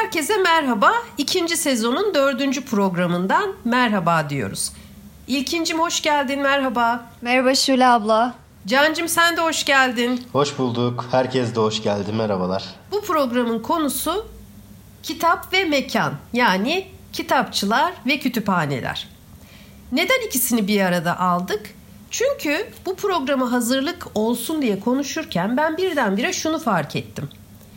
Herkese merhaba. İkinci sezonun 4. programından merhaba diyoruz. İlkincim hoş geldin, merhaba. Merhaba Şule abla. Cancım sen de hoş geldin. Hoş bulduk. Herkes de hoş geldi. Merhabalar. Bu programın konusu kitap ve mekan. Yani kitapçılar ve kütüphaneler. Neden ikisini bir arada aldık? Çünkü bu programa hazırlık olsun diye konuşurken ben birdenbire şunu fark ettim.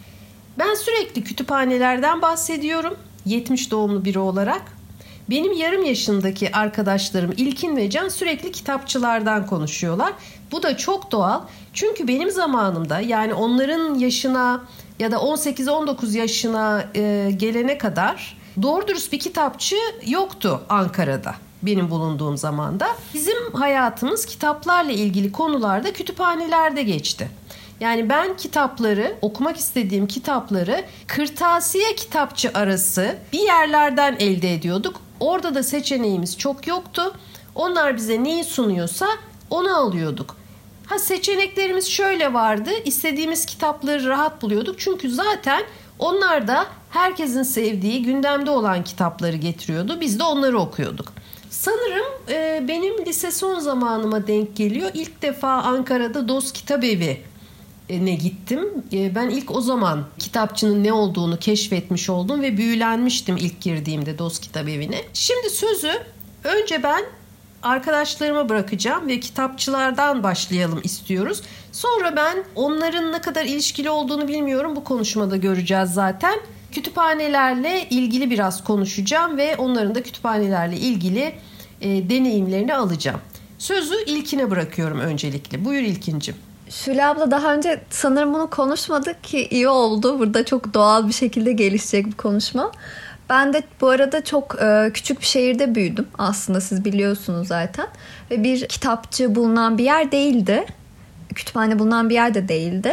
Ben sürekli kütüphanelerden bahsediyorum, 70 doğumlu biri olarak. Benim yarım yaşındaki arkadaşlarım İlkin ve Can sürekli kitapçılardan konuşuyorlar. Bu da çok doğal. Çünkü benim zamanımda, yani onların yaşına ya da 18-19 yaşına gelene kadar doğru dürüst bir kitapçı yoktu Ankara'da. Benim bulunduğum zamanda. Bizim hayatımız kitaplarla ilgili konularda kütüphanelerde geçti. Yani ben kitapları, okumak istediğim kitapları kırtasiye kitapçı arası bir yerlerden elde ediyorduk. Orada da seçeneğimiz çok yoktu. Onlar bize neyi sunuyorsa onu alıyorduk. Seçeneklerimiz şöyle vardı. İstediğimiz kitapları rahat buluyorduk. Çünkü zaten onlar da herkesin sevdiği, gündemde olan kitapları getiriyordu. Biz de onları okuyorduk. Sanırım benim lise son zamanıma denk geliyor. İlk defa Ankara'da Dost Kitabevi ne gittim. Ben ilk o zaman kitapçının ne olduğunu keşfetmiş oldum ve büyülenmiştim ilk girdiğimde Dost Kitabevi'ne. Şimdi sözü önce ben arkadaşlarıma bırakacağım ve kitapçılardan başlayalım istiyoruz. Sonra ben onların ne kadar ilişkili olduğunu bilmiyorum. Bu konuşmada göreceğiz zaten. Kütüphanelerle ilgili biraz konuşacağım ve onların da kütüphanelerle ilgili deneyimlerini alacağım. Sözü İlkin'e bırakıyorum öncelikle. Buyur İlkincim. Şule abla, daha önce sanırım bunu konuşmadık ki iyi oldu. Burada çok doğal bir şekilde gelişecek bu konuşma. Ben de bu arada çok küçük bir şehirde büyüdüm. Aslında siz biliyorsunuz zaten. Ve bir kitapçı bulunan bir yer değildi. Kütüphane bulunan bir yer de değildi.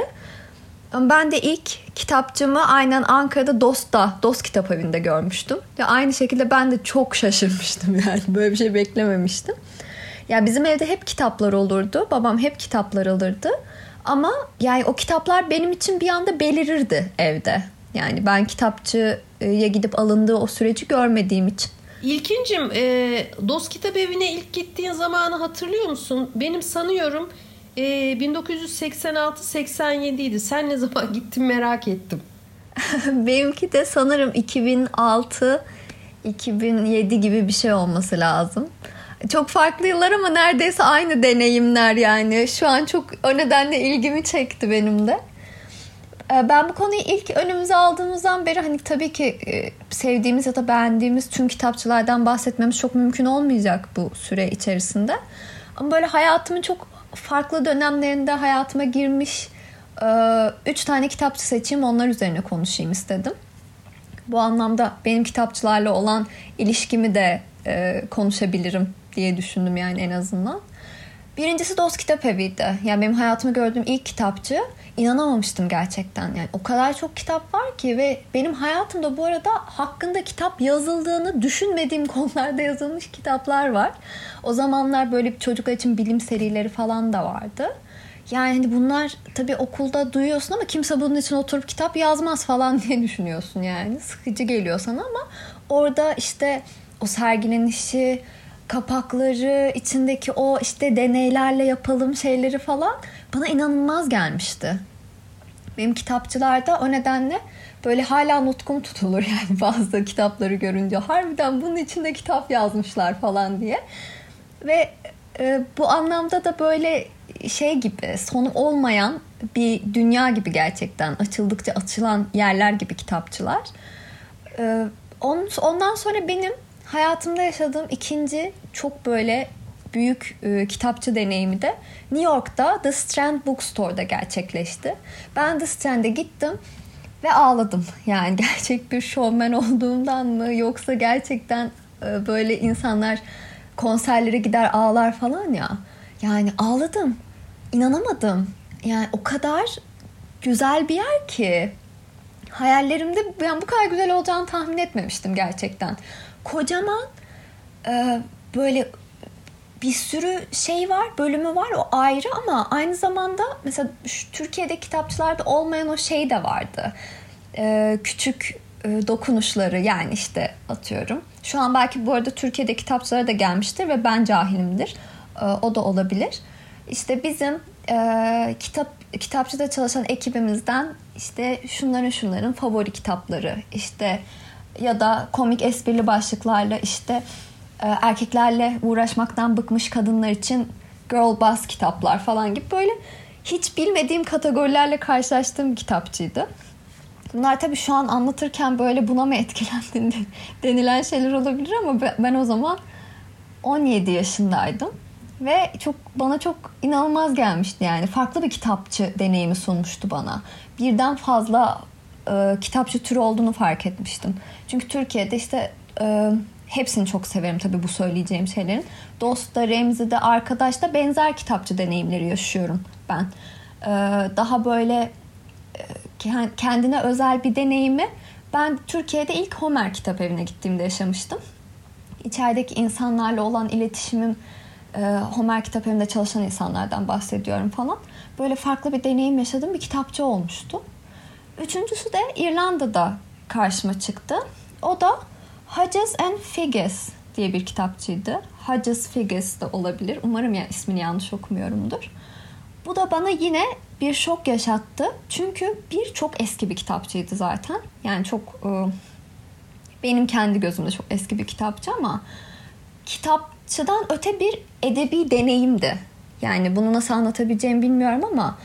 Ama ben de ilk kitapçımı aynen Ankara'da Dost Kitabevi'nde görmüştüm. Ve aynı şekilde ben de çok şaşırmıştım yani. Böyle bir şey beklememiştim. Ya bizim evde hep kitaplar olurdu. Babam hep kitaplar alırdı. Ama yani o kitaplar benim için bir anda belirirdi evde. Yani ben kitapçıya gidip alındığı o süreci görmediğim için. İlkincim, Dost Kitabevi'ne ilk gittiğin zamanı hatırlıyor musun? Benim sanıyorum 1986-87 idi. Sen ne zaman gittin merak ettim. Benimki de sanırım 2006-2007 gibi bir şey olması lazım. Çok farklı yıllar ama neredeyse aynı deneyimler yani. Şu an çok o nedenle ilgimi çekti benim de. Ben bu konuyu ilk önümüze aldığımızdan beri hani tabii ki sevdiğimiz ya da beğendiğimiz tüm kitapçılardan bahsetmemiz çok mümkün olmayacak bu süre içerisinde. Ama böyle hayatımın çok farklı dönemlerinde hayatıma girmiş 3 tane kitapçı seçeyim, onlar üzerine konuşayım istedim. Bu anlamda benim kitapçılarla olan ilişkimi de konuşabilirim diye düşündüm yani en azından. Birincisi Dost Kitabevi'ydi. Yani benim hayatımı gördüğüm ilk kitapçı. İnanamamıştım gerçekten. Yani o kadar çok kitap var ki ve benim hayatımda bu arada hakkında kitap yazıldığını düşünmediğim konularda yazılmış kitaplar var. O zamanlar böyle çocuklar için bilim serileri falan da vardı. Yani hani bunlar tabii okulda duyuyorsun ama kimse bunun için oturup kitap yazmaz falan diye düşünüyorsun yani. Sıkıcı geliyor sana ama orada işte o sergilenişi, kapakları, içindeki o işte deneylerle yapalım şeyleri falan bana inanılmaz gelmişti. Benim kitapçılarda o nedenle böyle hala nutkum tutulur yani bazı kitapları görünce. Harbiden bunun içinde kitap yazmışlar falan diye. Ve bu anlamda da böyle şey gibi, sonu olmayan bir dünya gibi gerçekten. Açıldıkça açılan yerler gibi kitapçılar. Ondan sonra benim hayatımda yaşadığım ikinci çok böyle büyük kitapçı deneyimi de New York'ta The Strand Bookstore'da gerçekleşti. Ben The Strand'e gittim ve ağladım. Yani gerçek bir şovmen olduğumdan mı yoksa gerçekten böyle insanlar konserlere gider ağlar falan ya. Yani ağladım. İnanamadım. Yani o kadar güzel bir yer ki. Hayallerimde ben bu kadar güzel olacağını tahmin etmemiştim gerçekten. Kocaman böyle bir sürü şey var, bölümü var, o ayrı ama aynı zamanda mesela Türkiye'de kitapçılarda olmayan o şey de vardı. Küçük dokunuşları, yani işte atıyorum. Şu an belki bu arada Türkiye'de kitapçılara da gelmiştir ve ben cahilimdir. O da olabilir. İşte bizim kitapçıda çalışan ekibimizden işte şunların favori kitapları, işte ya da komik esprili başlıklarla işte erkeklerle uğraşmaktan bıkmış kadınlar için girl boss kitaplar falan gibi böyle hiç bilmediğim kategorilerle karşılaştığım bir kitapçıydı. Bunlar tabii şu an anlatırken böyle buna mı etkilendin denilen şeyler olabilir ama ben o zaman 17 yaşındaydım. Ve bana çok inanılmaz gelmişti yani. Farklı bir kitapçı deneyimi sunmuştu bana. Birden fazla kitapçı türü olduğunu fark etmiştim. Çünkü Türkiye'de işte hepsini çok severim tabii bu söyleyeceğim şeylerin. Dost'ta, Remzi'de, Arkadaş'ta benzer kitapçı deneyimleri yaşıyorum ben. Daha böyle kendine özel bir deneyimi ben Türkiye'de ilk Homer Kitapevi'ne gittiğimde yaşamıştım. İçerideki insanlarla olan iletişimim, Homer Kitapevi'nde çalışan insanlardan bahsediyorum falan. Böyle farklı bir deneyim yaşadığım bir kitapçı olmuştu. Üçüncüsü de İrlanda'da karşıma çıktı. O da Hodges and Figgis diye bir kitapçıydı. Hodges Figgis de olabilir. Umarım ismini yanlış okumuyorumdur. Bu da bana yine bir şok yaşattı. Çünkü çok eski bir kitapçıydı zaten. Yani çok benim kendi gözümde çok eski bir kitapçı ama kitapçıdan öte bir edebi deneyimdi. Yani bunu nasıl anlatabileceğimi bilmiyorum ama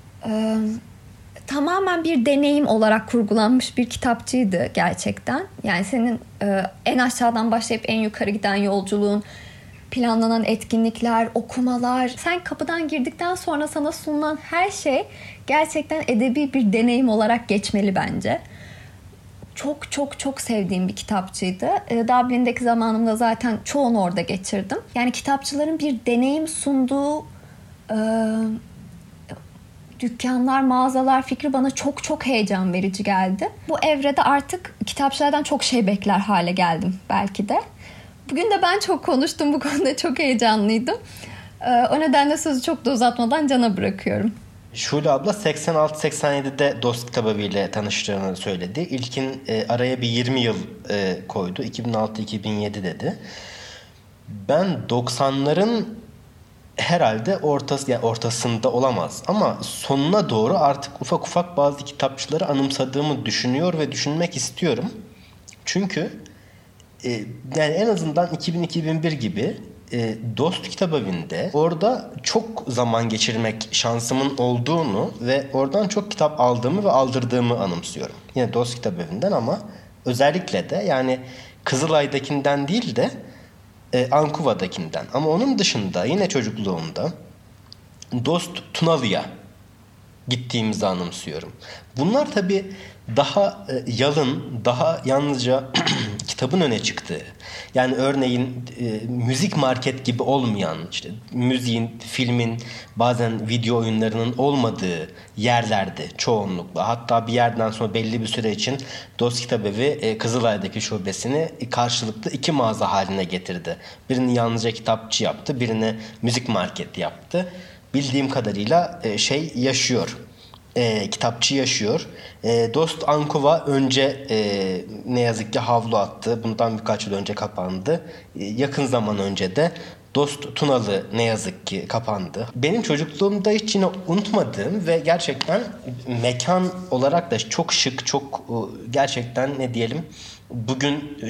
tamamen bir deneyim olarak kurgulanmış bir kitapçıydı gerçekten. Yani senin en aşağıdan başlayıp en yukarı giden yolculuğun, planlanan etkinlikler, okumalar, sen kapıdan girdikten sonra sana sunulan her şey gerçekten edebi bir deneyim olarak geçmeli bence. Çok çok çok sevdiğim bir kitapçıydı. Dublin'deki zamanımda zaten çoğunu orada geçirdim. Yani kitapçıların bir deneyim sunduğu dükkanlar, mağazalar fikri bana çok çok heyecan verici geldi. Bu evrede artık kitapçılardan çok şey bekler hale geldim belki de. Bugün de ben çok konuştum bu konuda, çok heyecanlıydım. O nedenle sözü çok da uzatmadan Can'a bırakıyorum. Şule abla 86-87'de Dost Kitabevi ile tanıştığını söyledi. İlkin araya bir 20 yıl koydu. 2006-2007 dedi. Ben 90'ların herhalde ortasında olamaz. Ama sonuna doğru artık ufak ufak bazı kitapçıları anımsadığımı düşünüyor ve düşünmek istiyorum. Çünkü yani en azından 2000-2001 gibi Dost Kitabevi'nde orada çok zaman geçirmek şansımın olduğunu ve oradan çok kitap aldığımı ve aldırdığımı anımsıyorum. Yine Dost Kitabevi'nden ama özellikle de yani Kızılay'dakinden değil de Ankuva'dakinden. Ama onun dışında yine çocukluğumda Dost Tunalı'ya gittiğimizi anımsıyorum. Bunlar tabii daha yalın, daha yalnızca kitabın öne çıktığı. Yani örneğin müzik market gibi olmayan, işte müziğin, filmin, bazen video oyunlarının olmadığı yerlerde çoğunlukla. Hatta bir yerden sonra belli bir süre için Dost Kitabevi Kızılay'daki şubesini karşılıklı 2 mağaza haline getirdi. Birini yalnızca kitapçı yaptı, birini müzik market yaptı. Bildiğim kadarıyla yaşıyor. Kitapçı yaşıyor. Dost Ankuva önce ne yazık ki havlu attı. Bundan birkaç yıl önce kapandı. Yakın zaman önce de Dost Tunalı ne yazık ki kapandı. Benim çocukluğumda hiç yine unutmadığım ve gerçekten mekan olarak da çok şık, çok gerçekten ne diyelim, bugün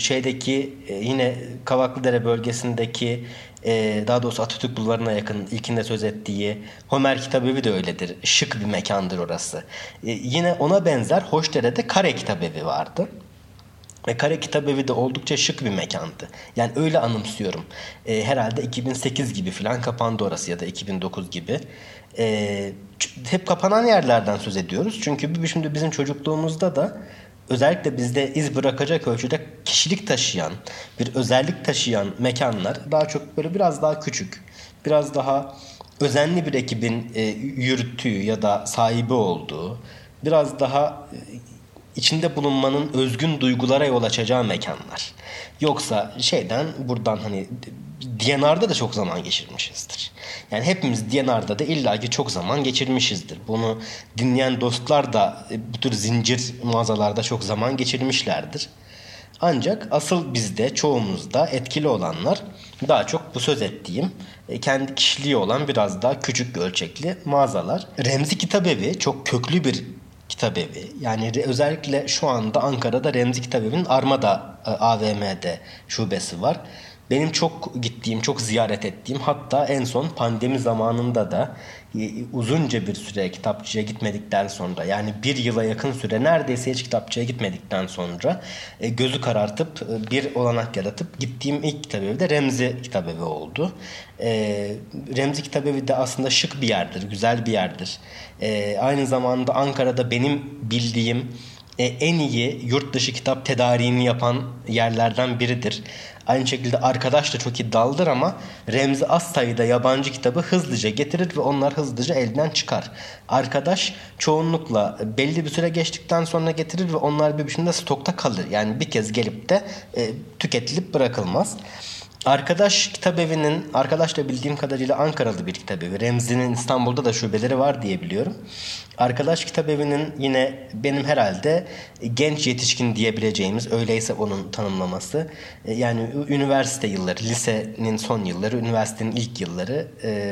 yine Kavaklıdere bölgesindeki daha doğrusu Atatürk Bulvarı'na yakın ilkinde söz ettiği Homer Kitabevi de öyledir. Şık bir mekandır orası. Yine ona benzer Hoşdere'de Kare Kitabevi vardı. Ve Kare Kitabevi de oldukça şık bir mekandı. Yani öyle anımsıyorum. Herhalde 2008 gibi falan kapandı orası ya da 2009 gibi. Hep kapanan yerlerden söz ediyoruz. Çünkü şimdi bizim çocukluğumuzda da özellikle bizde iz bırakacak ölçüde kişilik taşıyan, bir özellik taşıyan mekanlar daha çok böyle biraz daha küçük, biraz daha özenli bir ekibin yürüttüğü ya da sahibi olduğu, biraz daha içinde bulunmanın özgün duygulara yol açacağı mekanlar. Yoksa buradan hani D&R'da da çok zaman geçirmişizdir. Yani hepimiz D&R'da da illaki çok zaman geçirmişizdir. Bunu dinleyen dostlar da bu tür zincir mağazalarda çok zaman geçirmişlerdir. Ancak asıl bizde, çoğumuzda etkili olanlar daha çok bu söz ettiğim kendi kişiliği olan biraz daha küçük ölçekli mağazalar. Remzi Kitabevi çok köklü bir kitabevi. Yani özellikle şu anda Ankara'da Remzi Kitabevi'nin Armada AVM'de şubesi var. Benim çok gittiğim, çok ziyaret ettiğim, hatta en son pandemi zamanında da uzunca bir süre kitapçıya gitmedikten sonra, yani bir yıla yakın süre neredeyse hiç kitapçıya gitmedikten sonra gözü karartıp bir olanak yaratıp gittiğim ilk kitabevi de Remzi Kitabevi oldu. Remzi Kitabevi de aslında şık bir yerdir, güzel bir yerdir. Aynı zamanda Ankara'da benim bildiğim en iyi yurt dışı kitap tedariğini yapan yerlerden biridir. Aynı şekilde Arkadaş da çok iddialıdır ama Remzi az sayıda yabancı kitabı hızlıca getirir ve onlar hızlıca elden çıkar. Arkadaş çoğunlukla belli bir süre geçtikten sonra getirir ve onlar bir biçimde stokta kalır. Yani bir kez gelip de tüketilip bırakılmaz. Arkadaş da bildiğim kadarıyla Ankaralı bir kitabevi. Remzi'nin İstanbul'da da şubeleri var diye biliyorum. Arkadaş Kitabevi'nin yine benim herhalde genç yetişkin diyebileceğimiz, öyleyse onun tanımlaması. Yani üniversite yılları, lisenin son yılları, üniversitenin ilk yılları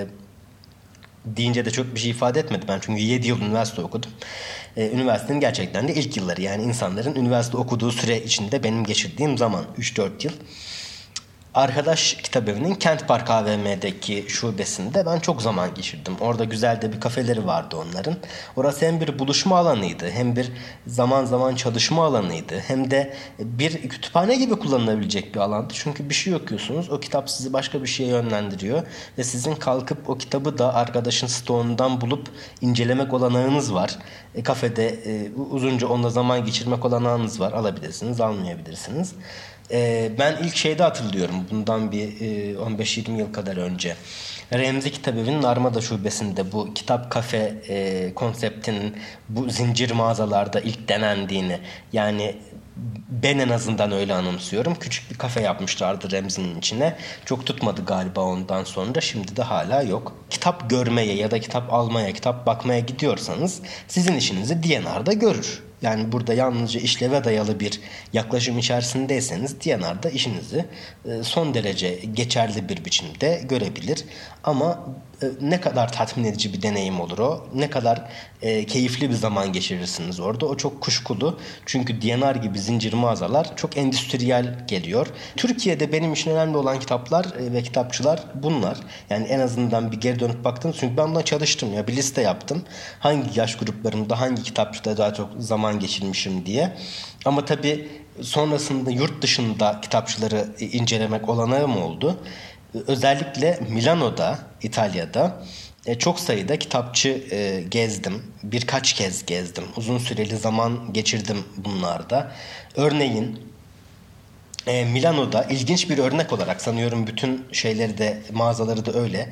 deyince de çok bir şey ifade etmedi. Ben çünkü 7 yıl üniversite okudum. Üniversitenin gerçekten de ilk yılları, yani insanların üniversite okuduğu süre içinde benim geçirdiğim zaman 3-4 yıl. Arkadaş Kitabevi'nin Kent Park AVM'deki şubesinde ben çok zaman geçirdim. Orada güzel de bir kafeleri vardı onların. Orası hem bir buluşma alanıydı, hem bir zaman zaman çalışma alanıydı, hem de bir kütüphane gibi kullanılabilecek bir alandı. Çünkü bir şey okuyorsunuz, o kitap sizi başka bir şeye yönlendiriyor ve sizin kalkıp o kitabı da arkadaşın stoğundan bulup incelemek olanağınız var. Kafede uzunca onunla zaman geçirmek olanağınız var. Alabilirsiniz, almayabilirsiniz. Ben ilk şeyde hatırlıyorum, bundan bir 15-20 yıl kadar önce. Remzi Kitabevi'nin Armada şubesinde bu kitap kafe konseptinin bu zincir mağazalarda ilk denendiğini, yani ben en azından öyle anımsıyorum. Küçük bir kafe yapmışlardı Remzi'nin içine. Çok tutmadı galiba ondan sonra. Şimdi de hala yok. Kitap görmeye ya da kitap almaya, kitap bakmaya gidiyorsanız sizin işinizi D&R'da görür. Yani burada yalnızca işleve dayalı bir yaklaşım içerisindeyseniz D&R'da işinizi son derece geçerli bir biçimde görebilir. Ama ne kadar tatmin edici bir deneyim olur o, ne kadar keyifli bir zaman geçirirsiniz orada, o çok kuşkulu. Çünkü D&R gibi zincir mağazalar çok endüstriyel geliyor. Türkiye'de benim için önemli olan kitaplar ve kitapçılar bunlar. Yani en azından bir geri dönüp baktım. Çünkü ben buna çalıştım ya, bir liste yaptım. Hangi yaş gruplarımda, hangi kitapçıda daha çok zaman geçirmişim diye. Ama tabii sonrasında yurt dışında kitapçıları incelemek olanağım oldu. Özellikle Milano'da, İtalya'da çok sayıda kitapçı gezdim. Birkaç kez gezdim. Uzun süreli zaman geçirdim bunlarda. Örneğin Milano'da ilginç bir örnek olarak, sanıyorum bütün şeyleri de, mağazaları da öyle.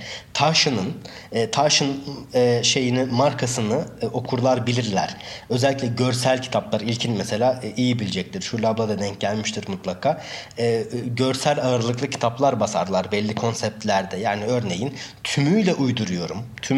Taş'ın markasını okurlar bilirler. Özellikle görsel kitaplar, ilkin mesela iyi bilecektir. Şule abla da denk gelmiştir mutlaka. Görsel ağırlıklı kitaplar basarlar belli konseptlerde. Yani örneğin tümüyle uyduruyorum.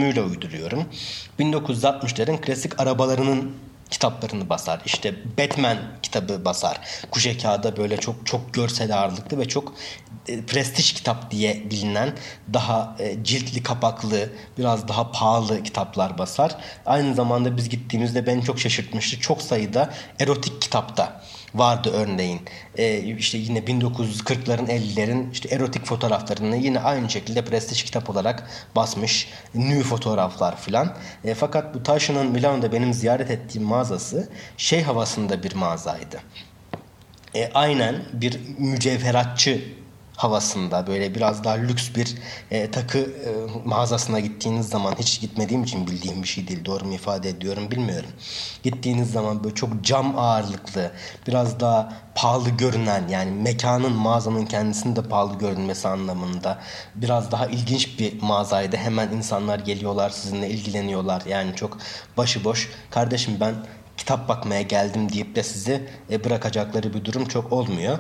1960'ların klasik arabalarının kitaplarını basar. İşte Batman kitabı basar. Kuşe kağıda böyle çok çok görsel ağırlıklı ve çok prestij kitap diye bilinen, daha ciltli kapaklı, biraz daha pahalı kitaplar basar. Aynı zamanda biz gittiğimizde beni çok şaşırtmıştı. Çok sayıda erotik kitapta vardı örneğin. İşte yine 1940'ların 50'lerin işte erotik fotoğraflarını yine aynı şekilde prestij kitap olarak basmış. Nü fotoğraflar filan. Fakat bu Taşı'nın Milano'da benim ziyaret ettiğim mağazası havasında bir mağazaydı. Aynen bir mücevheratçı havasında, böyle biraz daha lüks bir takı mağazasına gittiğiniz zaman, hiç gitmediğim için bildiğim bir şey değil, doğru mu ifade ediyorum bilmiyorum. Gittiğiniz zaman böyle çok cam ağırlıklı, biraz daha pahalı görünen, yani mekanın, mağazanın kendisinin de pahalı görünmesi anlamında biraz daha ilginç bir mağazaydı. Hemen insanlar geliyorlar, sizinle ilgileniyorlar. Yani çok başıboş. Kardeşim ben kitap bakmaya geldim deyip de sizi bırakacakları bir durum çok olmuyor.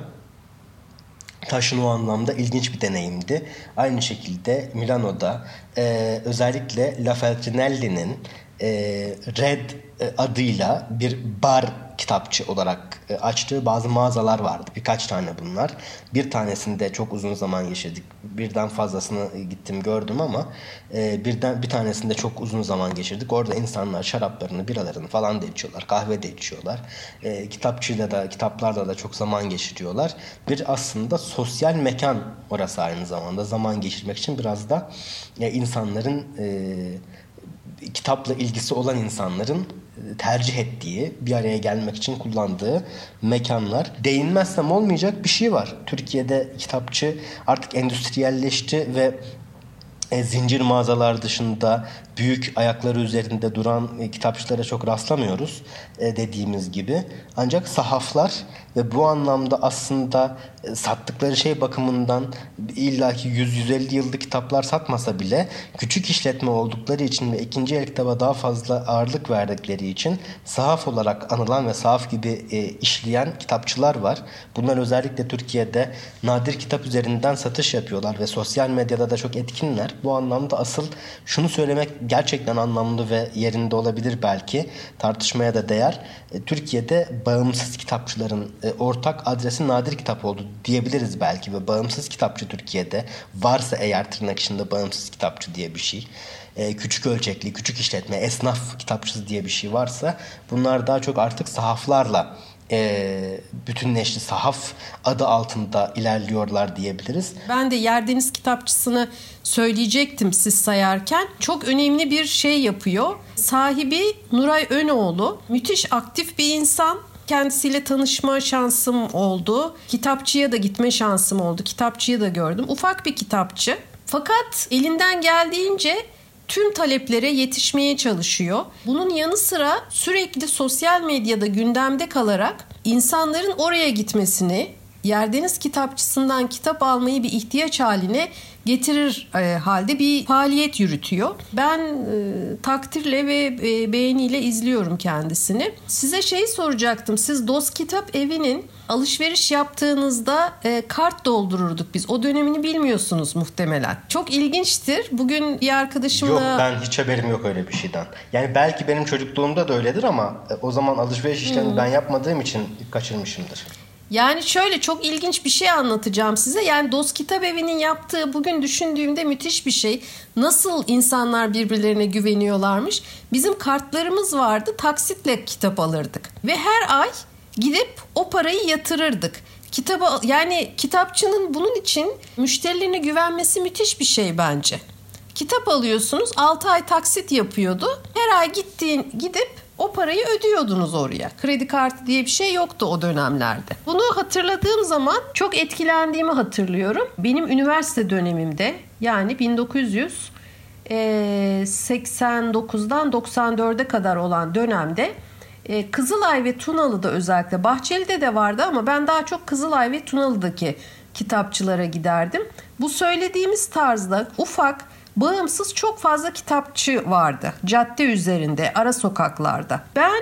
Taş'ın o anlamda ilginç bir deneyimdi. Aynı şekilde Milano'da özellikle La Feltrinelli'nin Red adıyla bir bar kitapçı olarak açtığı bazı mağazalar vardı. Birkaç tane bunlar. Bir tanesinde çok uzun zaman geçirdik. Birden fazlasını gittim gördüm ama bir tanesinde çok uzun zaman geçirdik. Orada insanlar şaraplarını, biralarını falan da içiyorlar. Kahve de içiyorlar. Kitaplarla da çok zaman geçiriyorlar. Bir aslında sosyal mekan orası aynı zamanda. Zaman geçirmek için biraz da insanların kitapla ilgisi olan insanların tercih ettiği, bir araya gelmek için kullandığı mekanlar. Değinmezsem olmayacak bir şey var. Türkiye'de kitapçı artık endüstriyelleşti ve zincir mağazalar dışında büyük ayakları üzerinde duran kitapçılara çok rastlamıyoruz dediğimiz gibi. Ancak sahaflar ve bu anlamda aslında sattıkları şey bakımından illaki 100-150 yıllık kitaplar satmasa bile küçük işletme oldukları için ve ikinci el kitaba daha fazla ağırlık verdikleri için sahaf olarak anılan ve sahaf gibi işleyen kitapçılar var. Bunlar özellikle Türkiye'de nadir kitap üzerinden satış yapıyorlar ve sosyal medyada da çok etkinler. Bu anlamda asıl şunu söylemek gerçekten anlamlı ve yerinde olabilir belki. Tartışmaya da değer. Türkiye'de bağımsız kitapçıların ortak adresi nadir kitap oldu diyebiliriz belki ve bağımsız kitapçı Türkiye'de varsa eğer tırnak içinde bağımsız kitapçı diye bir şey, küçük ölçekli, küçük işletme, esnaf kitapçısı diye bir şey varsa bunlar daha çok artık sahaflarla bütünleşti, sahaf adı altında ilerliyorlar diyebiliriz. Ben de Yerdeniz Kitapçısı'nı söyleyecektim siz sayarken. Çok önemli bir şey yapıyor. Sahibi Nuray Önoğlu. Müthiş aktif bir insan. Kendisiyle tanışma şansım oldu. Kitapçıya da gitme şansım oldu. Kitapçıyı da gördüm. Ufak bir kitapçı. Fakat elinden geldiğince tüm taleplere yetişmeye çalışıyor. Bunun yanı sıra sürekli sosyal medyada gündemde kalarak insanların oraya gitmesini, Yerdeniz Kitapçısı'ndan kitap almayı bir ihtiyaç haline getirir halde bir faaliyet yürütüyor. Ben takdirle ve beğeniyle izliyorum kendisini. Size şeyi soracaktım. Siz Dost Kitap Evi'nin alışveriş yaptığınızda kart doldururduk biz. O dönemini bilmiyorsunuz muhtemelen. Çok ilginçtir. Bugün bir arkadaşımla... Yok, ben hiç haberim yok öyle bir şeyden. Yani belki benim çocukluğumda da öyledir ama o zaman alışveriş işlerini ben yapmadığım için kaçırmışımdır. Yani şöyle çok ilginç bir şey anlatacağım size. Yani Dost Kitap Evi'nin yaptığı bugün düşündüğümde müthiş bir şey. Nasıl insanlar birbirlerine güveniyorlarmış. Bizim kartlarımız vardı. Taksitle kitap alırdık. Ve her ay gidip o parayı yatırırdık. Yani kitapçının bunun için müşterilerine güvenmesi müthiş bir şey bence. Kitap alıyorsunuz, 6 ay taksit yapıyordu. Her ay gidip o parayı ödüyordunuz oraya. Kredi kartı diye bir şey yoktu o dönemlerde. Bunu hatırladığım zaman çok etkilendiğimi hatırlıyorum. Benim üniversite dönemimde, yani 1989'dan 94'e kadar olan dönemde Kızılay ve Tunalı'da, özellikle Bahçeli'de de vardı ama ben daha çok Kızılay ve Tunalı'daki kitapçılara giderdim. Bu söylediğimiz tarzda ufak, bağımsız çok fazla kitapçı vardı cadde üzerinde, ara sokaklarda. Ben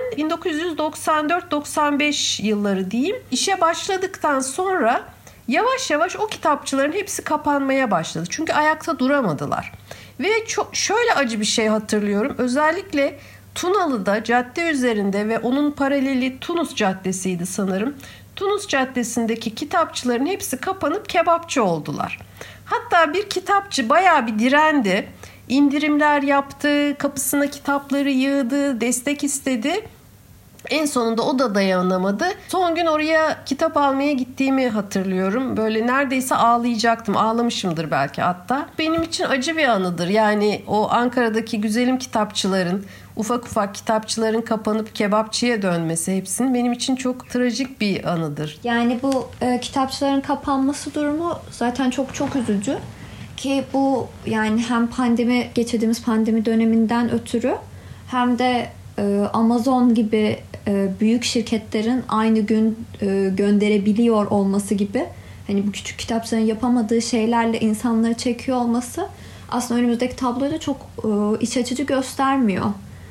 1994-95 yılları diyeyim, işe başladıktan sonra yavaş yavaş o kitapçıların hepsi kapanmaya başladı. Çünkü ayakta duramadılar. Ve şöyle acı bir şey hatırlıyorum. Özellikle Tunalı'da cadde üzerinde ve onun paraleli Tunus Caddesi'ydi sanırım. Tunus Caddesi'ndeki kitapçıların hepsi kapanıp kebapçı oldular. Hatta bir kitapçı bayağı bir direndi. İndirimler yaptı, kapısına kitapları yığdı, destek istedi. En sonunda o da dayanamadı. Son gün oraya kitap almaya gittiğimi hatırlıyorum. Böyle neredeyse ağlayacaktım. Ağlamışımdır belki hatta. Benim için acı bir anıdır. Yani o Ankara'daki güzelim kitapçıların, ufak ufak kitapçıların kapanıp kebapçıya dönmesi, hepsinin benim için çok trajik bir anıdır. Yani bu kitapçıların kapanması durumu zaten çok çok üzücü. Ki bu yani hem geçirdiğimiz pandemi döneminden ötürü hem de Amazon gibi büyük şirketlerin aynı gün gönderebiliyor olması gibi, hani bu küçük kitapçıların yapamadığı şeylerle insanları çekiyor olması aslında önümüzdeki tabloyu da çok iç açıcı göstermiyor.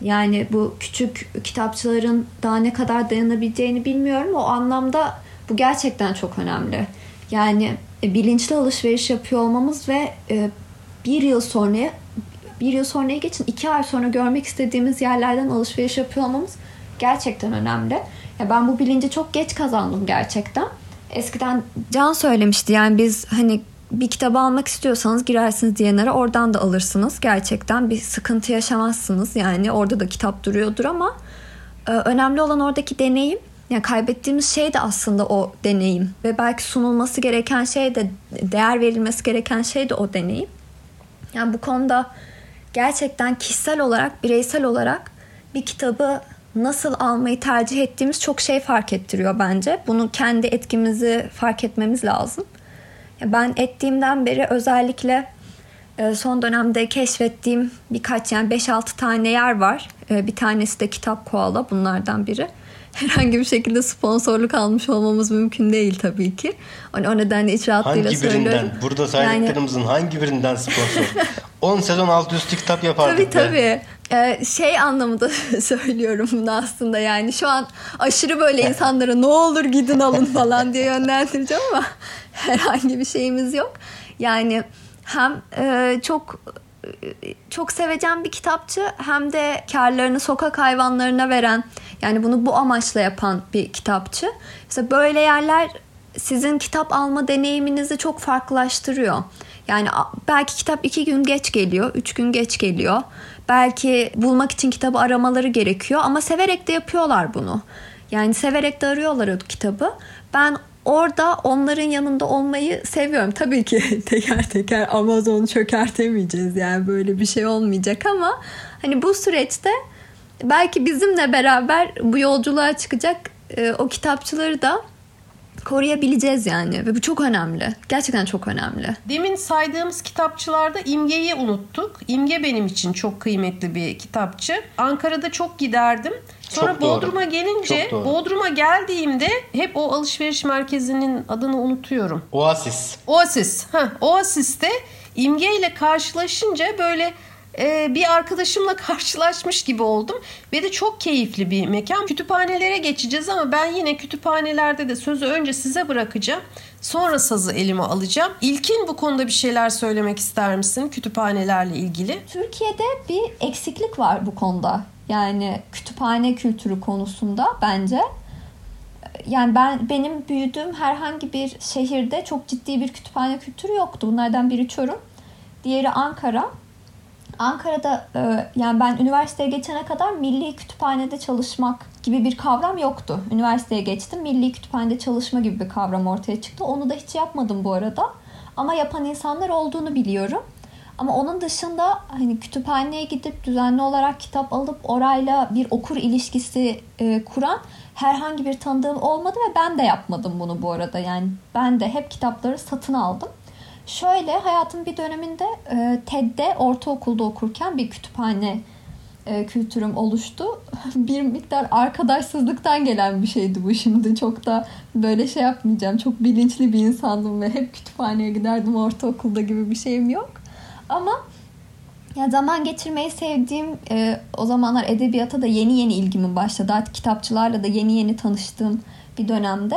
Yani bu küçük kitapçıların daha ne kadar dayanabileceğini bilmiyorum. O anlamda bu gerçekten çok önemli. Yani bilinçli alışveriş yapıyor olmamız ve bir yıl sonraya geçin 2 ay sonra görmek istediğimiz yerlerden alışveriş yapıyor olmamız gerçekten önemli. Ya ben bu bilinci çok geç kazandım gerçekten. Eskiden Can söylemişti, yani biz hani bir kitabı almak istiyorsanız girersiniz Diyanar'a, oradan da alırsınız. Gerçekten bir sıkıntı yaşamazsınız. Yani orada da kitap duruyordur ama önemli olan oradaki deneyim. Yani kaybettiğimiz şey de aslında o deneyim. Ve belki sunulması gereken şey de, değer verilmesi gereken şey de o deneyim. Yani bu konuda gerçekten kişisel olarak, bireysel olarak bir kitabı nasıl almayı tercih ettiğimiz çok şey fark ettiriyor bence. Bunu kendi etkimizi fark etmemiz lazım. Ben ettiğimden beri özellikle son dönemde keşfettiğim birkaç, yani 5-6 tane yer var. Bir tanesi de Kitap Koala, bunlardan biri. Herhangi bir şekilde sponsorluk almış olmamız mümkün değil tabii ki. O nedenle iç rahatlığıyla söylüyorum. Hangi birinden? Burada saydıklarımızın hangi birinden sponsor? 10 sezon alt üstü kitap yapardık. Tabii. Şey anlamında söylüyorum bunu aslında, yani şu an aşırı böyle insanlara ne olur gidin alın falan diye yönlendireceğim ama herhangi bir şeyimiz yok. Yani hem çok sevecen bir kitapçı, hem de karlarını sokak hayvanlarına veren, yani bunu bu amaçla yapan bir kitapçı. İşte böyle yerler sizin kitap alma deneyiminizi çok farklılaştırıyor. Yani belki kitap 2 gün geç geliyor, 3 gün geç geliyor. Belki bulmak için kitabı aramaları gerekiyor ama severek de yapıyorlar bunu. Yani severek de arıyorlar o kitabı. Ben orada onların yanında olmayı seviyorum. Tabii ki teker teker Amazon'u çökertemeyeceğiz. Yani böyle bir şey olmayacak ama hani bu süreçte belki bizimle beraber bu yolculuğa çıkacak o kitapçıları da koruyabileceğiz yani. Ve bu çok önemli. Gerçekten çok önemli. Demin saydığımız kitapçılarda İmge'yi unuttuk. İmge benim için çok kıymetli bir kitapçı. Ankara'da çok giderdim. Sonra çok doğru. Bodrum'a gelince, Bodrum'a geldiğimde hep o alışveriş merkezinin adını unutuyorum. Oasis. Oasis'te İmge ile karşılaşınca böyle bir arkadaşımla karşılaşmış gibi oldum. Ve de çok keyifli bir mekan. Kütüphanelere geçeceğiz ama ben yine kütüphanelerde de sözü önce size bırakacağım. Sonra sazı elime alacağım. İlkin, bu konuda bir şeyler söylemek ister misin kütüphanelerle ilgili? Türkiye'de bir eksiklik var bu konuda. Yani kütüphane kültürü konusunda bence. Yani benim büyüdüğüm herhangi bir şehirde çok ciddi bir kütüphane kültürü yoktu. Bunlardan biri Çorum, diğeri Ankara. Ankara'da yani ben üniversiteye geçene kadar milli kütüphanede çalışmak gibi bir kavram yoktu. Üniversiteye geçtim, milli kütüphanede çalışma gibi bir kavram ortaya çıktı. Onu da hiç yapmadım bu arada. Ama yapan insanlar olduğunu biliyorum. Ama onun dışında hani kütüphaneye gidip düzenli olarak kitap alıp orayla bir okur ilişkisi kuran herhangi bir tanıdığım olmadı ve ben de yapmadım bunu bu arada. Yani ben de hep kitapları satın aldım. Şöyle, hayatımın bir döneminde TED'de ortaokulda okurken bir kütüphane kültürüm oluştu. Bir miktar arkadaşsızlıktan gelen bir şeydi bu şimdi. Çok da böyle şey yapmayacağım. Çok bilinçli bir insandım ve hep kütüphaneye giderdim ortaokulda gibi bir şeyim yok. Ama ya zaman geçirmeyi sevdiğim, o zamanlar edebiyata da yeni yeni ilgimin başladı. Artık kitapçılarla da yeni yeni tanıştığım bir dönemde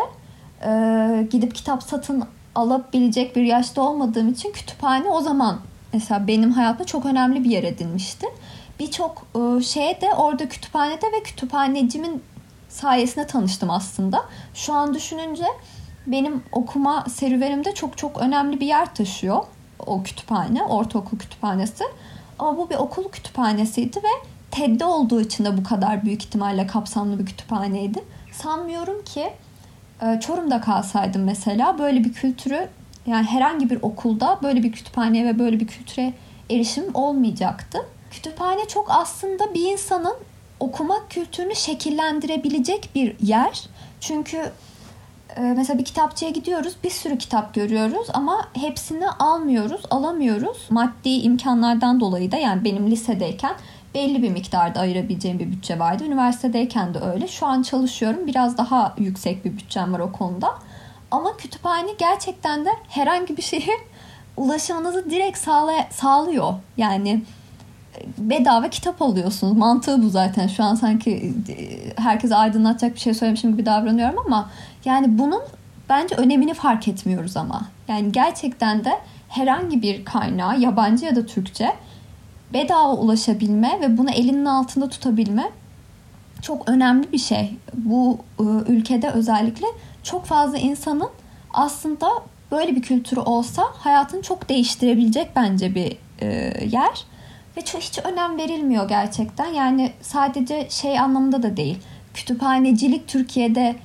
gidip kitap satın alabilecek bir yaşta olmadığım için kütüphane o zaman mesela benim hayatımda çok önemli bir yer edinmişti. Birçok şeye de orada kütüphanede ve kütüphanecimin sayesinde tanıştım aslında. Şu an düşününce benim okuma serüvenimde çok çok önemli bir yer taşıyor o kütüphane, ortaokul kütüphanesi. Ama bu bir okul kütüphanesiydi ve TED'de olduğu için de bu kadar büyük ihtimalle kapsamlı bir kütüphaneydi. Sanmıyorum ki Çorum'da kalsaydım mesela böyle bir kültürü, yani herhangi bir okulda böyle bir kütüphaneye ve böyle bir kültüre erişim olmayacaktı. Kütüphane çok aslında bir insanın okuma kültürünü şekillendirebilecek bir yer. Çünkü mesela bir kitapçıya gidiyoruz, bir sürü kitap görüyoruz ama hepsini alamıyoruz. Maddi imkanlardan dolayı da, yani benim lisedeyken belli bir miktarda ayırabileceğim bir bütçe vardı. Üniversitedeyken de öyle. Şu an çalışıyorum. Biraz daha yüksek bir bütçem var o konuda. Ama kütüphane gerçekten de herhangi bir şeye ulaşmanızı direkt sağlıyor. Yani bedava kitap alıyorsunuz. Mantığı bu zaten. Şu an sanki herkese aydınlatacak bir şey söylemişim gibi davranıyorum ama yani bunun bence önemini fark etmiyoruz ama. Yani gerçekten de herhangi bir kaynağa, yabancı ya da Türkçe, bedava ulaşabilme ve bunu elinin altında tutabilme çok önemli bir şey. Bu ülkede özellikle çok fazla insanın aslında böyle bir kültürü olsa hayatını çok değiştirebilecek bence bir yer. Ve hiç önem verilmiyor gerçekten. Yani sadece şey anlamında da değil. Kütüphanecilik Türkiye'de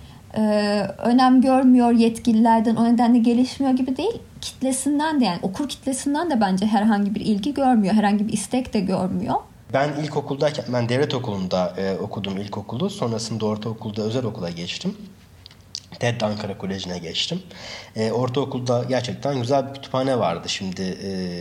önem görmüyor yetkililerden, o nedenle gelişmiyor gibi değil. Kitlesinden de, yani okur kitlesinden de bence herhangi bir ilgi görmüyor. Herhangi bir istek de görmüyor. Ben ilkokuldayken, ben devlet okulunda okudum ilkokulu. Sonrasında ortaokulda özel okula geçtim. TED Ankara Koleji'ne geçtim. Ortaokulda gerçekten güzel bir kütüphane vardı. Şimdi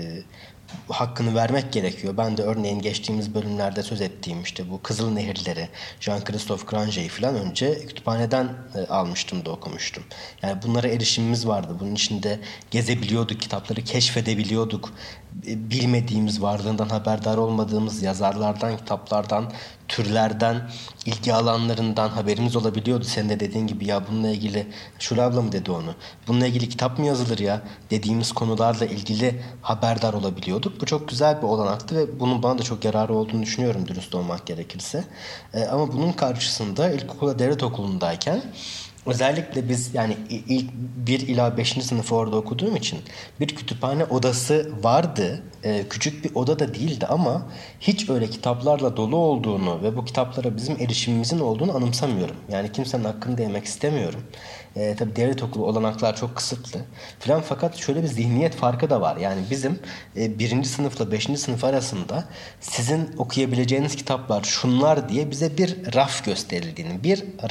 hakkını vermek gerekiyor. Ben de örneğin geçtiğimiz bölümlerde söz ettiğim işte bu Kızıl Nehirleri, Jean-Christophe Granger'i falan önce kütüphaneden almıştım da okumuştum. Yani bunlara erişimimiz vardı. Bunun içinde gezebiliyorduk, kitapları keşfedebiliyorduk. Bilmediğimiz, varlığından haberdar olmadığımız yazarlardan, kitaplardan, türlerden, ilgi alanlarından haberimiz olabiliyordu. Senin de dediğin gibi ya bununla ilgili, Şule abla mı dedi onu? Bununla ilgili kitap mı yazılır ya? Dediğimiz konularla ilgili haberdar olabiliyorduk. Bu çok güzel bir olanaktı ve bunun bana da çok yararı olduğunu düşünüyorum dürüst olmak gerekirse. Ama bunun karşısında ilkokula devlet okulundayken özellikle biz yani ilk 1 ila 5. sınıfı orada okuduğum için bir kütüphane odası vardı. Küçük bir oda da değildi ama hiç öyle kitaplarla dolu olduğunu ve bu kitaplara bizim erişimimizin olduğunu anımsamıyorum. Yani kimsenin hakkını da yemek istemiyorum. Tabii devlet okulu olanaklar çok kısıtlı falan, fakat şöyle bir zihniyet farkı da var. Yani bizim 1. sınıfla 5. sınıf arasında sizin okuyabileceğiniz kitaplar şunlar diye bize bir raf gösterildiğini,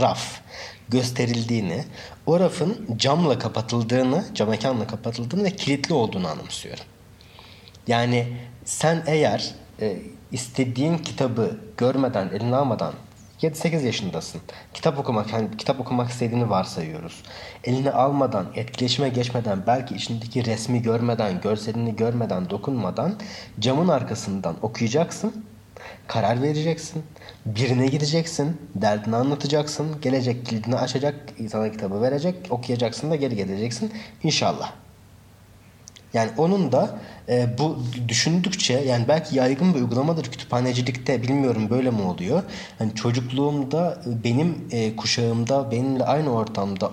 gösterildiğini, o rafın camla kapatıldığını, cam mekanla kapatıldığını ve kilitli olduğunu anımsıyorum. Yani sen eğer istediğin kitabı görmeden, eline almadan 7-8 yaşındasın. Kitap okumak istediğini varsayıyoruz. Eline almadan, etkileşime geçmeden, belki içindeki resmi görmeden, görselini görmeden, dokunmadan camın arkasından okuyacaksın. Karar vereceksin. Birine gideceksin. Derdini anlatacaksın. Gelecek kilidini açacak. Sana kitabı verecek. Okuyacaksın da geri geleceksin. İnşallah. Yani onun da bu düşündükçe, yani belki yaygın bir uygulamadır kütüphanecilikte, bilmiyorum böyle mi oluyor? Yani çocukluğumda benim kuşağımda benimle aynı ortamda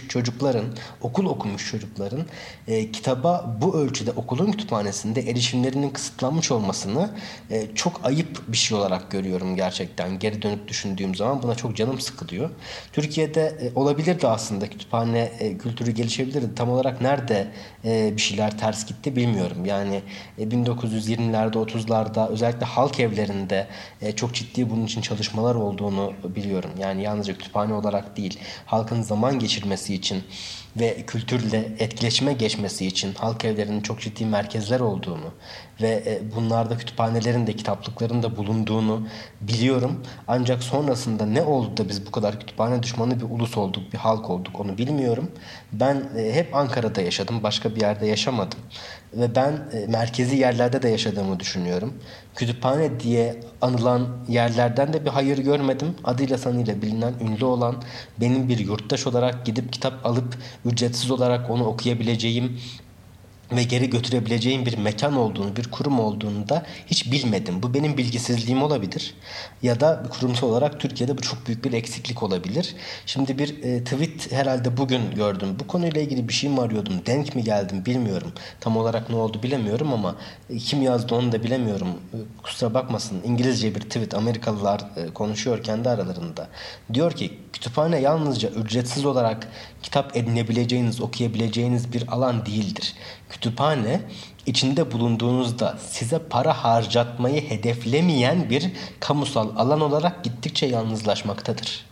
okul okumuş çocukların kitaba bu ölçüde okulun kütüphanesinde erişimlerinin kısıtlanmış olmasını çok ayıp bir şey olarak görüyorum gerçekten. Geri dönüp düşündüğüm zaman buna çok canım sıkılıyor. Türkiye'de olabilirdi aslında, kütüphane kültürü gelişebilirdi. Tam olarak nerede bir şeyler ters gitti bilmiyorum. Yani 1920'lerde 30'larda özellikle halk evlerinde çok ciddi bunun için çalışmalar olduğunu biliyorum. Yani yalnızca kütüphane olarak değil, halkın zaman geçirmesi için ve kültürle etkileşime geçmesi için halk evlerinin çok ciddi merkezler olduğunu ve bunlarda kütüphanelerin de, kitaplıkların da bulunduğunu biliyorum. Ancak sonrasında ne oldu da biz bu kadar kütüphane düşmanı bir ulus olduk, bir halk olduk, onu bilmiyorum. Ben hep Ankara'da yaşadım, başka bir yerde yaşamadım. Ve ben merkezi yerlerde de yaşadığımı düşünüyorum. Kütüphane diye anılan yerlerden de bir hayır görmedim. Adıyla sanıyla bilinen, ünlü olan, benim bir yurttaş olarak gidip kitap alıp ücretsiz olarak onu okuyabileceğim ve geri götürebileceğim bir mekan olduğunu, bir kurum olduğunu da hiç bilmedim. Bu benim bilgisizliğim olabilir. Ya da kurumsal olarak Türkiye'de bu çok büyük bir eksiklik olabilir. Şimdi bir tweet herhalde bugün gördüm. Bu konuyla ilgili bir şey mi arıyordum, denk mi geldim bilmiyorum. Tam olarak ne oldu bilemiyorum ama kim yazdı onu da bilemiyorum. Kusura bakmasın, İngilizce bir tweet. Amerikalılar konuşuyor kendi aralarında. Diyor ki kütüphane yalnızca ücretsiz olarak kitap edinebileceğiniz, okuyabileceğiniz bir alan değildir. Kütüphane içinde bulunduğunuzda size para harcatmayı hedeflemeyen bir kamusal alan olarak gittikçe yalnızlaşmaktadır.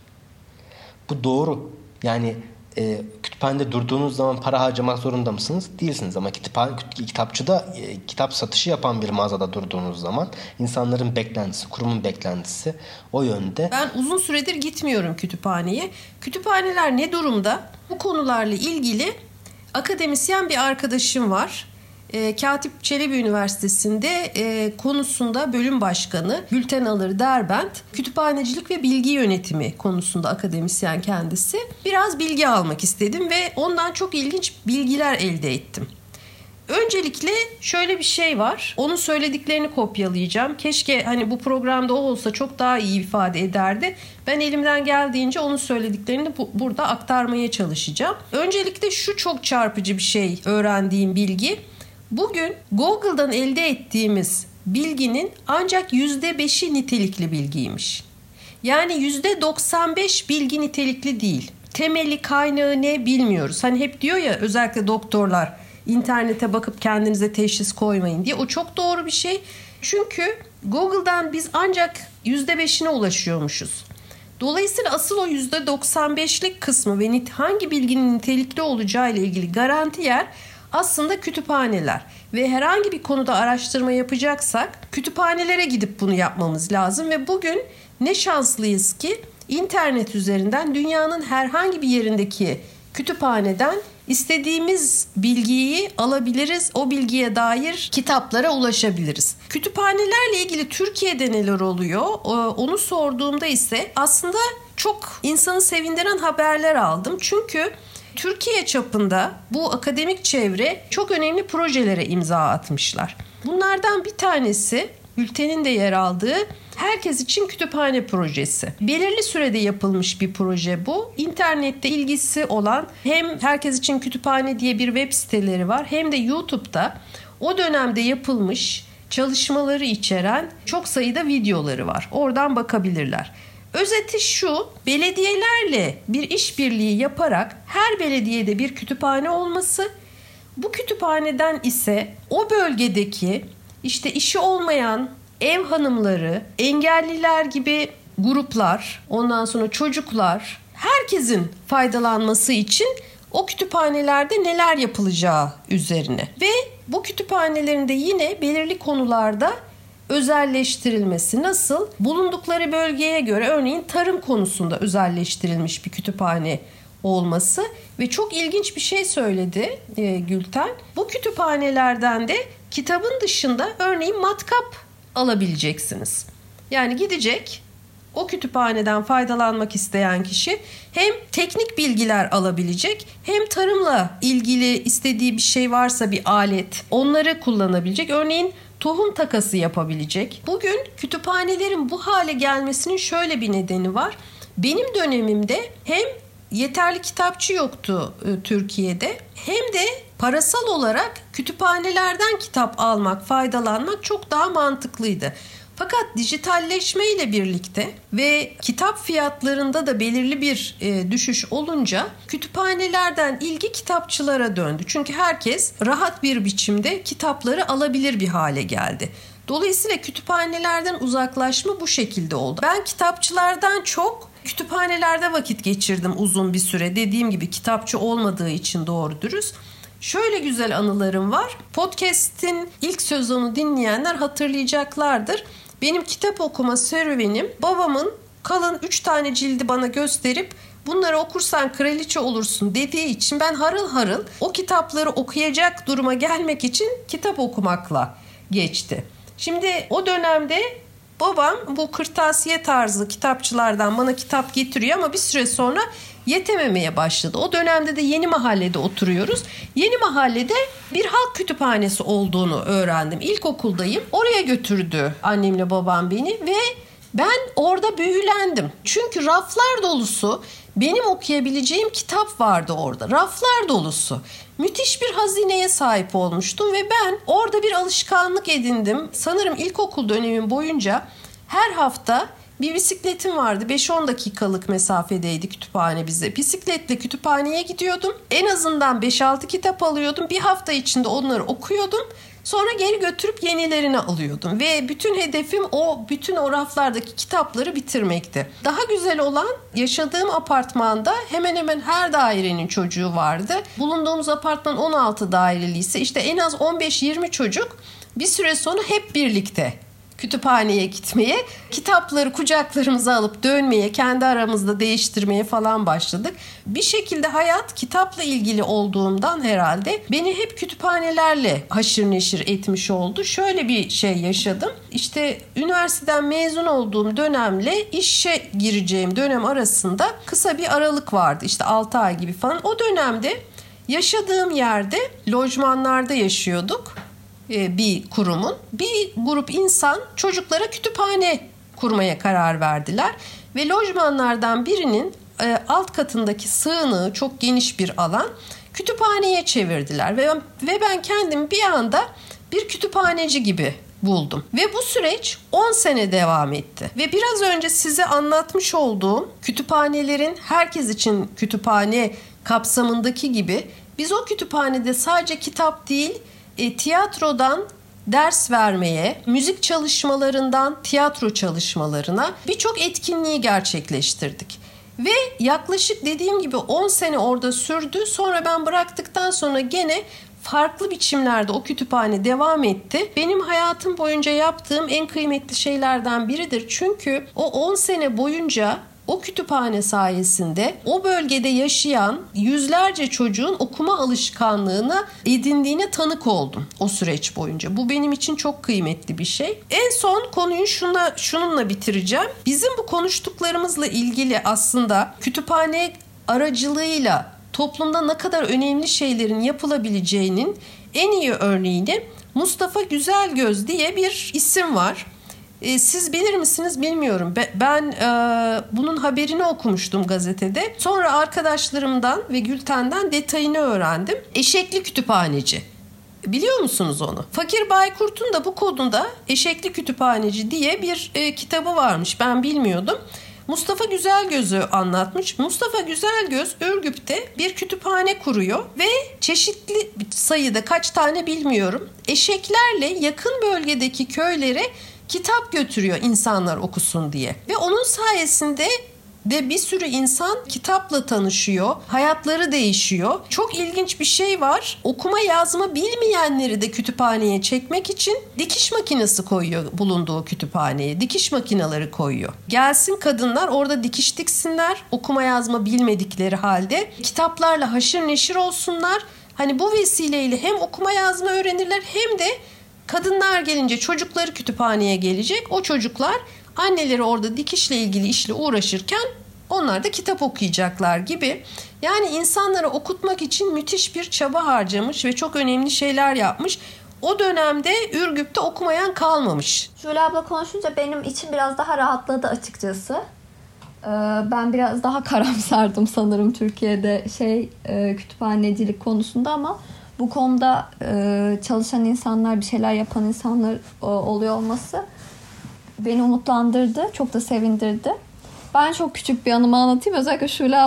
Bu doğru. Yani kütüphanede durduğunuz zaman para harcamak zorunda mısınız? Değilsiniz, ama kitapçıda kitap satışı yapan bir mağazada durduğunuz zaman insanların beklentisi, kurumun beklentisi o yönde. Ben uzun süredir gitmiyorum kütüphaneye. Kütüphaneler ne durumda? Bu konularla ilgili akademisyen bir arkadaşım var. Katip Çelebi Üniversitesi'nde konusunda bölüm başkanı Gülten Alır Derbent, kütüphanecilik ve bilgi yönetimi konusunda akademisyen kendisi. Biraz bilgi almak istedim ve ondan çok ilginç bilgiler elde ettim. Öncelikle şöyle bir şey var. Onun söylediklerini kopyalayacağım. Keşke hani bu programda o olsa çok daha iyi ifade ederdi. Ben elimden geldiğince onun söylediklerini burada aktarmaya çalışacağım. Öncelikle şu çok çarpıcı bir şey, öğrendiğim bilgi. Bugün Google'dan elde ettiğimiz bilginin ancak %5'i nitelikli bilgiymiş. Yani %95 bilgi nitelikli değil. Temeli, kaynağı ne bilmiyoruz. Hani hep diyor ya, özellikle doktorlar, İnternete bakıp kendinize teşhis koymayın diye. O çok doğru bir şey. Çünkü Google'dan biz ancak %5'ine ulaşıyormuşuz. Dolayısıyla asıl o %95'lik kısmı ve hangi bilginin nitelikli olacağı ile ilgili garanti yer aslında kütüphaneler. Ve herhangi bir konuda araştırma yapacaksak kütüphanelere gidip bunu yapmamız lazım. Ve bugün ne şanslıyız ki internet üzerinden dünyanın herhangi bir yerindeki kütüphaneden İstediğimiz bilgiyi alabiliriz. O bilgiye dair kitaplara ulaşabiliriz. Kütüphanelerle ilgili Türkiye'de neler oluyor? Onu sorduğumda ise aslında çok insanı sevindiren haberler aldım. Çünkü Türkiye çapında bu akademik çevre çok önemli projelere imza atmışlar. Bunlardan bir tanesi, Gülten'in de yer aldığı Herkes için Kütüphane Projesi. Belirli sürede yapılmış bir proje bu. İnternette ilgisi olan, hem Herkes için Kütüphane diye bir web siteleri var, hem de YouTube'da o dönemde yapılmış çalışmaları içeren çok sayıda videoları var. Oradan bakabilirler. Özeti şu: belediyelerle bir işbirliği yaparak her belediyede bir kütüphane olması, bu kütüphaneden ise o bölgedeki işte işi olmayan ev hanımları, engelliler gibi gruplar, ondan sonra çocuklar, herkesin faydalanması için o kütüphanelerde neler yapılacağı üzerine. Ve bu kütüphanelerin de yine belirli konularda özelleştirilmesi. Nasıl? Bulundukları bölgeye göre, örneğin tarım konusunda özelleştirilmiş bir kütüphane olması. Ve çok ilginç bir şey söyledi Gülten. Bu kütüphanelerden de kitabın dışında örneğin matkap alabileceksiniz. Yani gidecek, o kütüphaneden faydalanmak isteyen kişi hem teknik bilgiler alabilecek, hem tarımla ilgili istediği bir şey varsa, bir alet, onları kullanabilecek. Örneğin tohum takası yapabilecek. Bugün kütüphanelerin bu hale gelmesinin şöyle bir nedeni var. Benim dönemimde hem yeterli kitapçı yoktu Türkiye'de, hem de parasal olarak kütüphanelerden kitap almak, faydalanmak çok daha mantıklıydı. Fakat dijitalleşme ile birlikte ve kitap fiyatlarında da belirli bir düşüş olunca kütüphanelerden ilgi kitapçılara döndü. Çünkü herkes rahat bir biçimde kitapları alabilir bir hale geldi. Dolayısıyla kütüphanelerden uzaklaşma bu şekilde oldu. Ben kitapçılardan çok kütüphanelerde vakit geçirdim uzun bir süre. Dediğim gibi kitapçı olmadığı için doğru dürüst. Şöyle güzel anılarım var. Podcast'in ilk sezonu dinleyenler hatırlayacaklardır. Benim kitap okuma serüvenim, babamın kalın 3 tane cildi bana gösterip bunları okursan kraliçe olursun dediği için ben harıl harıl o kitapları okuyacak duruma gelmek için kitap okumakla geçti. Şimdi o dönemde babam bu kırtasiye tarzı kitapçılardan bana kitap getiriyor ama bir süre sonra yetememeye başladı. O dönemde de Yeni Mahalle'de oturuyoruz. Yeni Mahalle'de bir halk kütüphanesi olduğunu öğrendim. İlkokuldayım. Oraya götürdü annemle babam beni ve ben orada büyülendim. Çünkü raflar dolusu benim okuyabileceğim kitap vardı orada. Raflar dolusu. Müthiş bir hazineye sahip olmuştum ve ben orada bir alışkanlık edindim. Sanırım ilkokul dönemim boyunca her hafta bir bisikletim vardı. 5-10 dakikalık mesafedeydi kütüphane bize. Bisikletle kütüphaneye gidiyordum. En azından 5-6 kitap alıyordum. Bir hafta içinde onları okuyordum. Sonra geri götürüp yenilerini alıyordum. Ve bütün hedefim bütün o raflardaki kitapları bitirmekti. Daha güzel olan, yaşadığım apartmanda hemen hemen her dairenin çocuğu vardı. Bulunduğumuz apartman 16 daireliyse işte en az 15-20 çocuk bir süre sonra hep birlikte kütüphaneye gitmeye, kitapları kucaklarımıza alıp dönmeye, kendi aramızda değiştirmeye falan başladık. Bir şekilde hayat kitapla ilgili olduğundan herhalde beni hep kütüphanelerle haşır neşir etmiş oldu. Şöyle bir şey yaşadım. İşte üniversiteden mezun olduğum dönemle işe gireceğim dönem arasında kısa bir aralık vardı. İşte 6 ay gibi falan. O dönemde yaşadığım yerde lojmanlarda yaşıyorduk. Bir kurumun. Bir grup insan çocuklara kütüphane kurmaya karar verdiler. Ve lojmanlardan birinin alt katındaki sığınağı, çok geniş bir alan, kütüphaneye çevirdiler. Ve ben kendimi bir anda bir kütüphaneci gibi buldum. Ve bu süreç 10 sene devam etti. Ve biraz önce size anlatmış olduğum kütüphanelerin herkes için kütüphane kapsamındaki gibi biz o kütüphanede sadece kitap değil, tiyatrodan ders vermeye, müzik çalışmalarından tiyatro çalışmalarına birçok etkinliği gerçekleştirdik. Ve yaklaşık dediğim gibi 10 sene orada sürdü. Sonra ben bıraktıktan sonra gene farklı biçimlerde o kütüphane devam etti. Benim hayatım boyunca yaptığım en kıymetli şeylerden biridir. Çünkü o 10 sene boyunca o kütüphane sayesinde o bölgede yaşayan yüzlerce çocuğun okuma alışkanlığına edindiğine tanık oldum o süreç boyunca. Bu benim için çok kıymetli bir şey. En son konuyu şununla bitireceğim. Bizim bu konuştuklarımızla ilgili aslında kütüphane aracılığıyla toplumda ne kadar önemli şeylerin yapılabileceğinin en iyi örneğini Mustafa Güzelgöz diye bir isim var. Siz bilir misiniz bilmiyorum. Ben bunun haberini okumuştum gazetede. Sonra arkadaşlarımdan ve Gülten'den detayını öğrendim. Eşekli kütüphaneci. Biliyor musunuz onu? Fakir Baykurt'un da bu konuda Eşekli Kütüphaneci diye bir kitabı varmış. Ben bilmiyordum. Mustafa Güzelgöz'ü anlatmış. Mustafa Güzelgöz Ürgüp'te bir kütüphane kuruyor ve çeşitli sayıda, kaç tane bilmiyorum, eşeklerle yakın bölgedeki köylere kitap götürüyor insanlar okusun diye. Ve onun sayesinde de bir sürü insan kitapla tanışıyor. Hayatları değişiyor. Çok ilginç bir şey var. Okuma yazma bilmeyenleri de kütüphaneye çekmek için dikiş makinesi koyuyor bulunduğu kütüphaneye. Dikiş makineleri koyuyor. Gelsin kadınlar orada dikiş diksinler. Okuma yazma bilmedikleri halde kitaplarla haşır neşir olsunlar. Hani bu vesileyle hem okuma yazma öğrenirler hem de kadınlar gelince çocukları kütüphaneye gelecek. O çocuklar anneleri orada dikişle ilgili işle uğraşırken onlar da kitap okuyacaklar gibi. Yani insanları okutmak için müthiş bir çaba harcamış ve çok önemli şeyler yapmış. O dönemde Ürgüp'te okumayan kalmamış. Şule abla konuşunca benim içim biraz daha rahatladı açıkçası. Ben biraz daha karamsardım sanırım Türkiye'de kütüphanecilik konusunda ama bu konuda çalışan insanlar, bir şeyler yapan insanlar oluyor olması beni umutlandırdı. Çok da sevindirdi. Ben çok küçük bir anımı anlatayım. Özellikle Şule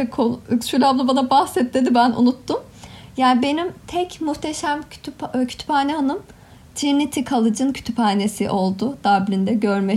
abla bana bahset dedi, ben unuttum. Yani benim tek muhteşem kütüphane anım Trinity College'ın kütüphanesi oldu. Dublin'de görme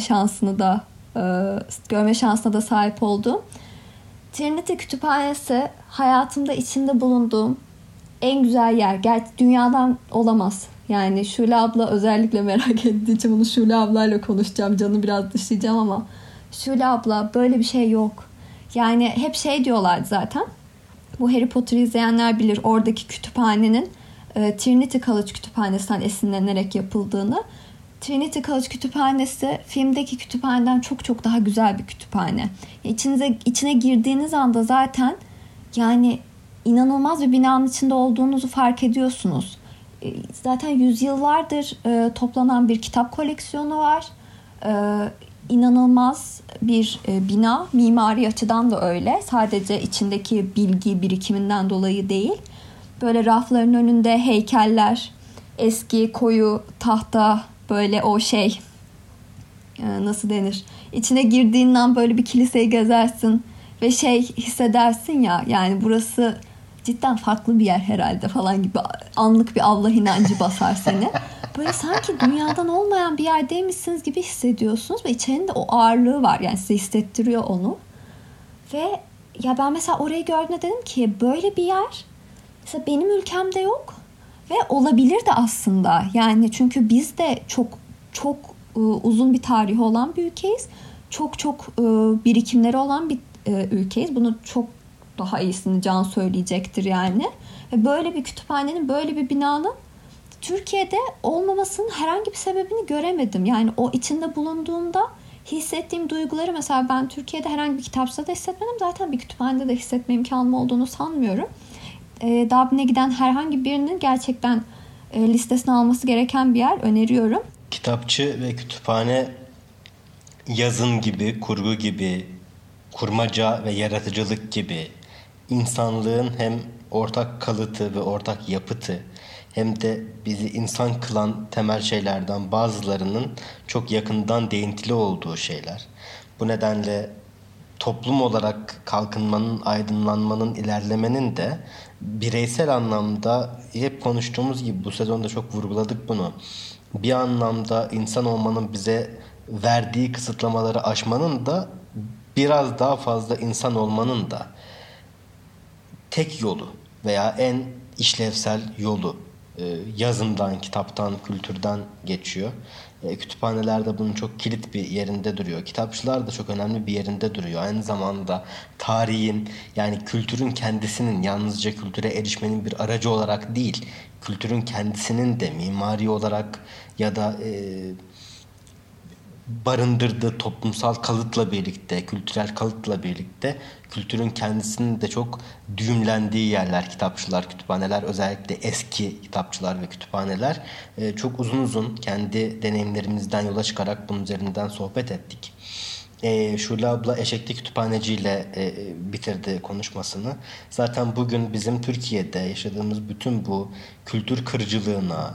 şansına da sahip oldum. Trinity Kütüphanesi hayatımda içinde bulunduğum en güzel yer. Gerçi dünyadan olamaz. Yani Şule abla özellikle merak ettiği için bunu Şule ablayla konuşacağım. Canı biraz dışlayacağım ama Şule abla böyle bir şey yok. Yani hep diyorlardı zaten. Bu Harry Potter'ı izleyenler bilir. Oradaki kütüphanenin Trinity College Kütüphanesi'nden esinlenerek yapıldığını. Trinity College Kütüphanesi filmdeki kütüphaneden çok çok daha güzel bir kütüphane. İçine girdiğiniz anda zaten yani inanılmaz bir binanın içinde olduğunuzu fark ediyorsunuz. Zaten yüzyıllardır toplanan bir kitap koleksiyonu var. İnanılmaz bir bina. Mimari açıdan da öyle. Sadece içindeki bilgi birikiminden dolayı değil. Böyle rafların önünde heykeller, eski koyu tahta, böyle o nasıl denir? İçine girdiğinden böyle bir kiliseyi gezersin ve hissedersin ya, yani burası cidden farklı bir yer herhalde falan gibi, anlık bir Allah inancı basar seni. Böyle sanki dünyadan olmayan bir yerdeymişsiniz gibi hissediyorsunuz ve içerinde o ağırlığı var, yani size hissettiriyor onu. Ve ya ben mesela orayı gördüğümde dedim ki böyle bir yer mesela benim ülkemde yok ve olabilir de aslında. Yani çünkü biz de çok uzun bir tarihi olan bir ülkeyiz. Çok birikimleri olan bir ülkeyiz. Bunu çok daha iyisini Can söyleyecektir yani. Ve böyle bir kütüphanenin, böyle bir binanın Türkiye'de olmamasının herhangi bir sebebini göremedim. Yani o içinde bulunduğumda hissettiğim duyguları mesela ben Türkiye'de herhangi bir kitapçıda da hissetmedim. Zaten bir kütüphanede de hissetme imkanım olduğunu sanmıyorum. Dublin'e giden herhangi birinin gerçekten listesine alması gereken bir yer, öneriyorum. Kitapçı ve kütüphane yazın gibi, kurgu gibi, kurmaca ve yaratıcılık gibi insanlığın hem ortak kalıtı ve ortak yapıtı hem de bizi insan kılan temel şeylerden bazılarının çok yakından değintili olduğu şeyler. Bu nedenle toplum olarak kalkınmanın, aydınlanmanın, ilerlemenin de bireysel anlamda hep konuştuğumuz gibi bu sezonda çok vurguladık bunu. Bir anlamda insan olmanın bize verdiği kısıtlamaları aşmanın da biraz daha fazla insan olmanın da tek yolu veya en işlevsel yolu yazından, kitaptan, kültürden geçiyor. Kütüphaneler de bunun çok kilit bir yerinde duruyor. Kitapçılar da çok önemli bir yerinde duruyor. Aynı zamanda tarihin, yani kültürün kendisinin, yalnızca kültüre erişmenin bir aracı olarak değil, kültürün kendisinin de mimari olarak ya da barındırdığı toplumsal kalıtla birlikte, kültürel kalıtla birlikte kültürün kendisinin de çok düğümlendiği yerler kitapçılar, kütüphaneler, özellikle eski kitapçılar ve kütüphaneler. Çok uzun uzun kendi deneyimlerimizden yola çıkarak bunun üzerinden sohbet ettik. Şule abla Eşekli Kütüphaneci ile bitirdi konuşmasını. Zaten bugün bizim Türkiye'de yaşadığımız bütün bu kültür kırıcılığına,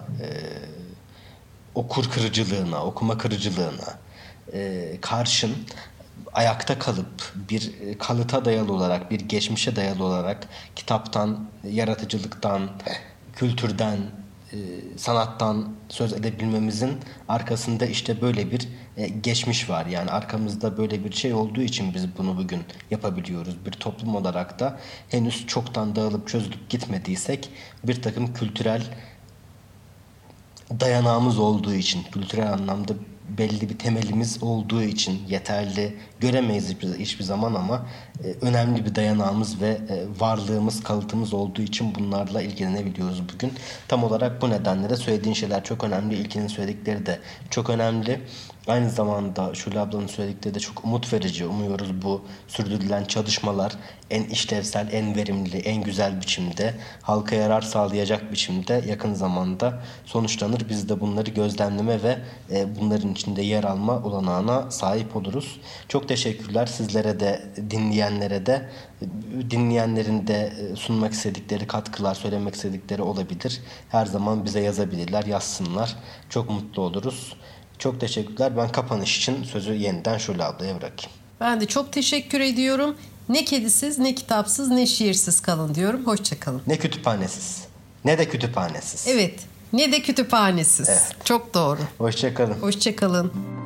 okur kırıcılığına, okuma kırıcılığına karşın ayakta kalıp bir kalıta dayalı olarak, bir geçmişe dayalı olarak kitaptan, yaratıcılıktan, kültürden, sanattan söz edebilmemizin arkasında işte böyle bir geçmiş var. Yani arkamızda böyle bir şey olduğu için biz bunu bugün yapabiliyoruz. Bir toplum olarak da henüz çoktan dağılıp çözülüp gitmediysek bir takım kültürel dayanağımız olduğu için, kültürel anlamda belli bir temelimiz olduğu için yeterli göremeyiz hiçbir zaman ama önemli bir dayanağımız ve varlığımız, kalıtımız olduğu için bunlarla ilgilenebiliyoruz bugün. Tam olarak bu nedenle de söylediğin şeyler çok önemli. İlkinin söyledikleri de çok önemli. Aynı zamanda Şule ablanın söyledikleri de çok umut verici. Umuyoruz bu sürdürülen çalışmalar en işlevsel, en verimli, en güzel biçimde, halka yarar sağlayacak biçimde yakın zamanda sonuçlanır. Biz de bunları gözlemleme ve bunların içinde yer alma olanağına sahip oluruz. Çok teşekkürler sizlere de, dinleyenlere de. Dinleyenlerin de sunmak istedikleri katkılar, söylemek istedikleri olabilir. Her zaman bize yazabilirler, yazsınlar. Çok mutlu oluruz. Çok teşekkürler. Ben kapanış için sözü yeniden Şule ablaya bırakayım. Ben de çok teşekkür ediyorum. Ne kedisiz, ne kitapsız, ne şiirsiz kalın diyorum. Hoşça kalın. Ne kütüphanesiz, ne de kütüphanesiz. Evet, ne de kütüphanesiz. Evet. Çok doğru. Hoşça kalın. Hoşça kalın.